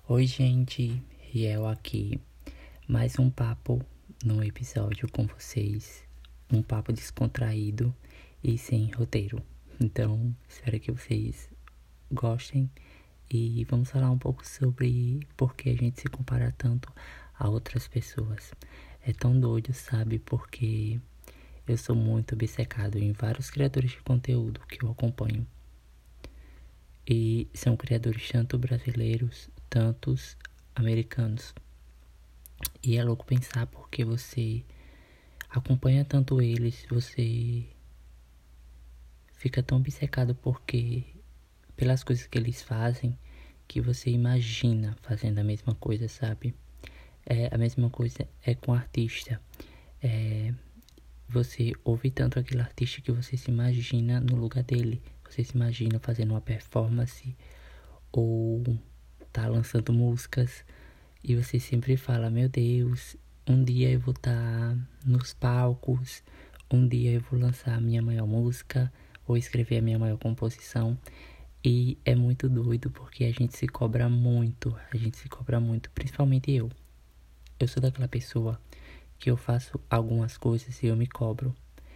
Oi, gente, Riel aqui. Mais um papo no episódio com vocês. Um papo descontraído e sem roteiro. Então, espero que vocês gostem e vamos falar um pouco sobre por que a gente se compara tanto a outras pessoas. É tão doido, sabe? Porque eu sou muito obcecado em vários criadores de conteúdo que eu acompanho. E são criadores tanto brasileiros, tantos americanos. E é louco pensar porque você acompanha tanto eles, você fica tão obcecado pelas coisas que eles fazem, que você imagina fazendo a mesma coisa, sabe? A mesma coisa é com artista. Você ouve tanto aquele artista que você se imagina no lugar dele. Você se imagina fazendo uma performance ou tá lançando músicas e você sempre fala, meu Deus, um dia eu vou estar nos palcos, um dia eu vou lançar a minha maior música ou escrever a minha maior composição. E é muito doido porque a gente se cobra muito, principalmente eu. Eu sou daquela pessoa que eu faço algumas coisas e eu me cobro.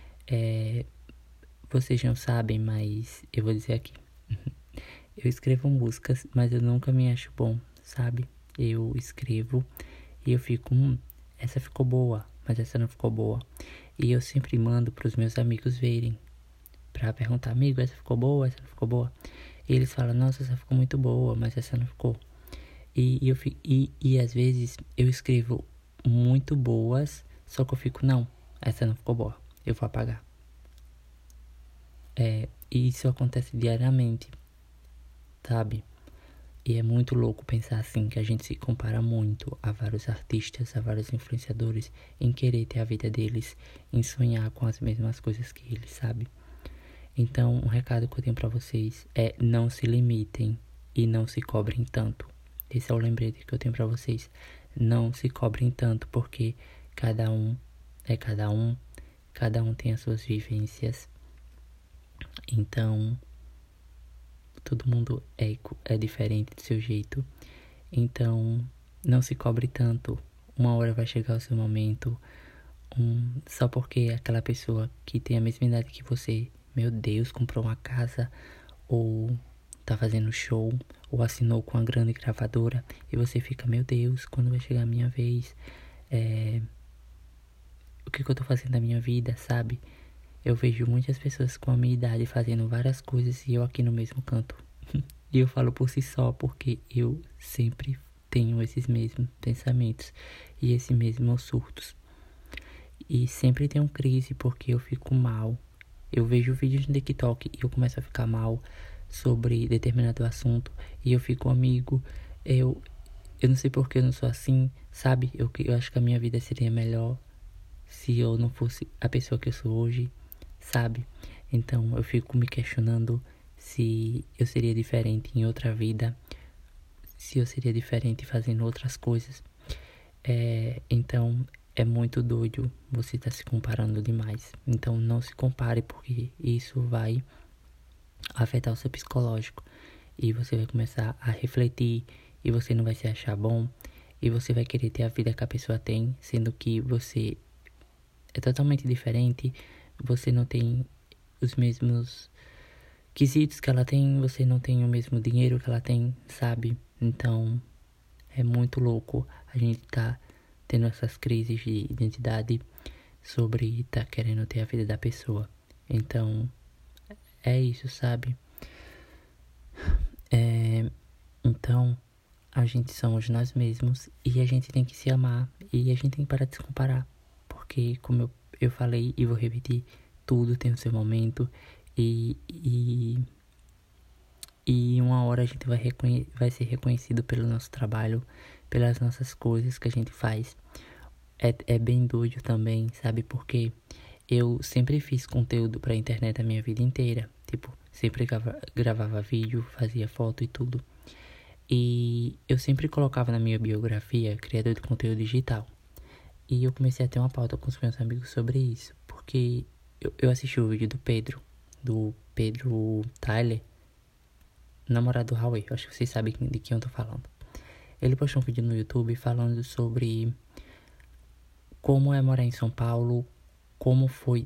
Vocês não sabem, mas eu vou dizer aqui. Eu escrevo músicas, mas eu nunca me acho bom, sabe? Eu escrevo e eu fico, essa ficou boa, mas essa não ficou boa. E eu sempre mando pros meus amigos verem, pra perguntar, amigo, essa ficou boa, essa não ficou boa? E eles falam, nossa, essa ficou muito boa, mas essa não ficou. E às vezes eu escrevo muito boas, só que eu fico, não, essa não ficou boa, eu vou apagar. E isso acontece diariamente, sabe? E é muito louco pensar assim, que a gente se compara muito a vários artistas, a vários influenciadores, em querer ter a vida deles, em sonhar com as mesmas coisas que eles, sabe? Então, um recado que eu tenho pra vocês é não se limitem e não se cobrem tanto. Esse é o lembrete que eu tenho pra vocês. Não se cobrem tanto, porque cada um é cada um tem as suas vivências. Então, todo mundo é diferente do seu jeito. Então, não se cobre tanto. Uma hora vai chegar o seu momento. Só porque aquela pessoa que tem a mesma idade que você, meu Deus, comprou uma casa, ou tá fazendo show, ou assinou com uma grande gravadora, e você fica, meu Deus, quando vai chegar a minha vez? O que eu tô fazendo da minha vida, sabe? Eu vejo muitas pessoas com a minha idade fazendo várias coisas e eu aqui no mesmo canto. E eu falo por si só, porque eu sempre tenho esses mesmos pensamentos e esses mesmos surtos. E sempre tenho crise porque eu fico mal. Eu vejo vídeos no TikTok e eu começo a ficar mal sobre determinado assunto. E eu fico, amigo, eu não sei porque eu não sou assim, sabe? Eu acho que a minha vida seria melhor se eu não fosse a pessoa que eu sou hoje, sabe? Então eu fico me questionando se eu seria diferente em outra vida, se eu seria diferente fazendo outras coisas. Então é muito doido você estar se comparando demais. Então não se compare, porque isso vai afetar o seu psicológico. E você vai começar a refletir e você não vai se achar bom. E você vai querer ter a vida que a pessoa tem, sendo que você é totalmente diferente. Você não tem os mesmos quesitos que ela tem, você não tem o mesmo dinheiro que ela tem, sabe? Então é muito louco a gente tá tendo essas crises de identidade sobre tá querendo ter a vida da pessoa. Então é isso, sabe? Então a gente somos nós mesmos e a gente tem que se amar e a gente tem que parar de se comparar, porque como eu falei e vou repetir, tudo tem o seu momento e uma hora a gente vai ser reconhecido pelo nosso trabalho, pelas nossas coisas que a gente faz. É bem doido também, sabe? Porque eu sempre fiz conteúdo pra internet a minha vida inteira. Tipo, sempre gravava vídeo, fazia foto e tudo. E eu sempre colocava na minha biografia criador de conteúdo digital. E eu comecei a ter uma pauta com os meus amigos sobre isso. Porque eu assisti o vídeo do Pedro Tyler, namorado do Huawei. Eu acho que vocês sabem de quem eu tô falando. Ele postou um vídeo no YouTube falando sobre como é morar em São Paulo, como foi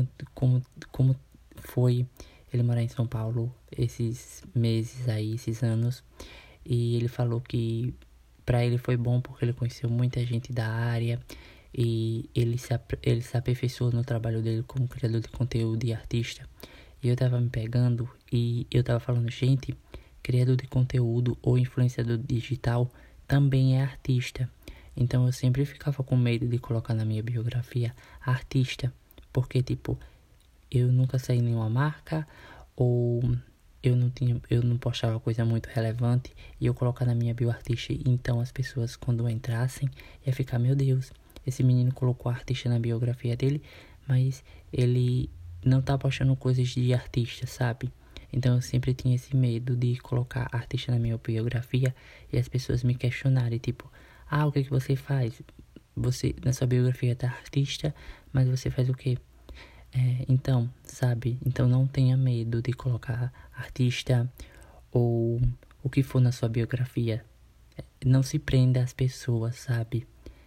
ele morar em São Paulo esses meses aí, esses anos. E ele falou que pra ele foi bom porque ele conheceu muita gente da área e ele se aperfeiçoou no trabalho dele como criador de conteúdo e artista. E eu tava me pegando e eu tava falando, gente, criador de conteúdo ou influenciador digital também é artista. Então eu sempre ficava com medo de colocar na minha biografia artista, porque tipo, eu nunca saí em nenhuma marca ou eu não postava coisa muito relevante e eu colocar na minha bio artista, então as pessoas quando entrassem ia ficar, meu Deus, esse menino colocou artista na biografia dele, mas ele não tá postando coisas de artista, sabe? Então eu sempre tinha esse medo de colocar artista na minha biografia e as pessoas me questionarem, tipo, o que você faz? Você, na sua biografia tá artista, mas você faz o quê? Então, sabe? Então não tenha medo de colocar artista ou o que for na sua biografia. Não se prenda às pessoas, sabe?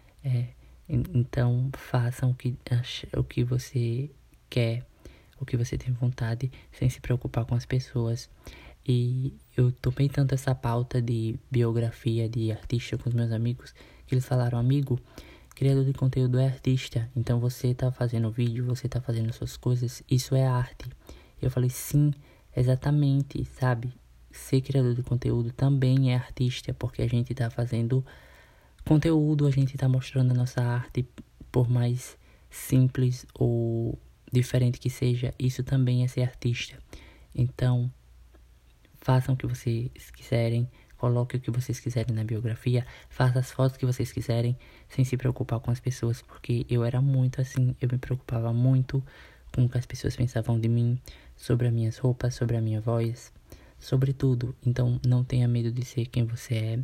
Então façam o que você quer, o que você tem vontade, sem se preocupar com as pessoas. E eu tomei tanto essa pauta de biografia de artista com os meus amigos, que eles falaram, amigo, criador de conteúdo é artista, então você tá fazendo vídeo, você tá fazendo suas coisas, isso é arte. Eu falei, sim, exatamente, sabe? Ser criador de conteúdo também é artista, porque a gente tá fazendo conteúdo, a gente tá mostrando a nossa arte, por mais simples ou diferente que seja, isso também é ser artista. Então, façam o que vocês quiserem, coloquem o que vocês quiserem na biografia, façam as fotos que vocês quiserem, sem se preocupar com as pessoas, porque eu era muito assim, eu me preocupava muito com o que as pessoas pensavam de mim, sobre as minhas roupas, sobre a minha voz, sobre tudo. Então não tenha medo de ser quem você é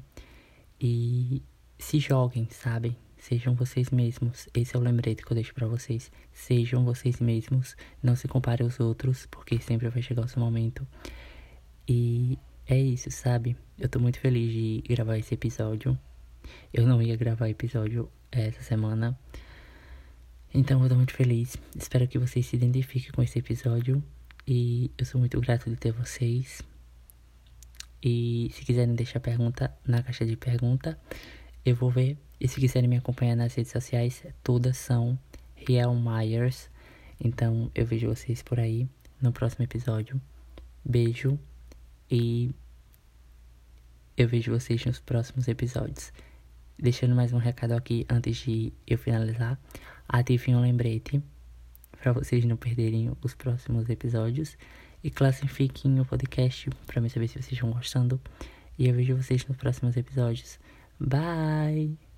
e se joguem, sabe? Sejam vocês mesmos. Esse é o lembrete que eu deixo pra vocês. Sejam vocês mesmos, não se comparem aos outros, porque sempre vai chegar o seu momento. E é isso, sabe? Eu tô muito feliz de gravar esse episódio. Eu não ia gravar episódio essa semana, então eu tô muito feliz. Espero que vocês se identifiquem com esse episódio. E eu sou muito grato de ter vocês. E se quiserem deixar pergunta na caixa de pergunta, eu vou ver. E se quiserem me acompanhar nas redes sociais, todas são Riel Myers. Então eu vejo vocês por aí no próximo episódio. Beijo. E eu vejo vocês nos próximos episódios. Deixando mais um recado aqui antes de eu finalizar. Ativem um lembrete para vocês não perderem os próximos episódios. E classifiquem o podcast para me saber se vocês estão gostando. E eu vejo vocês nos próximos episódios. Bye!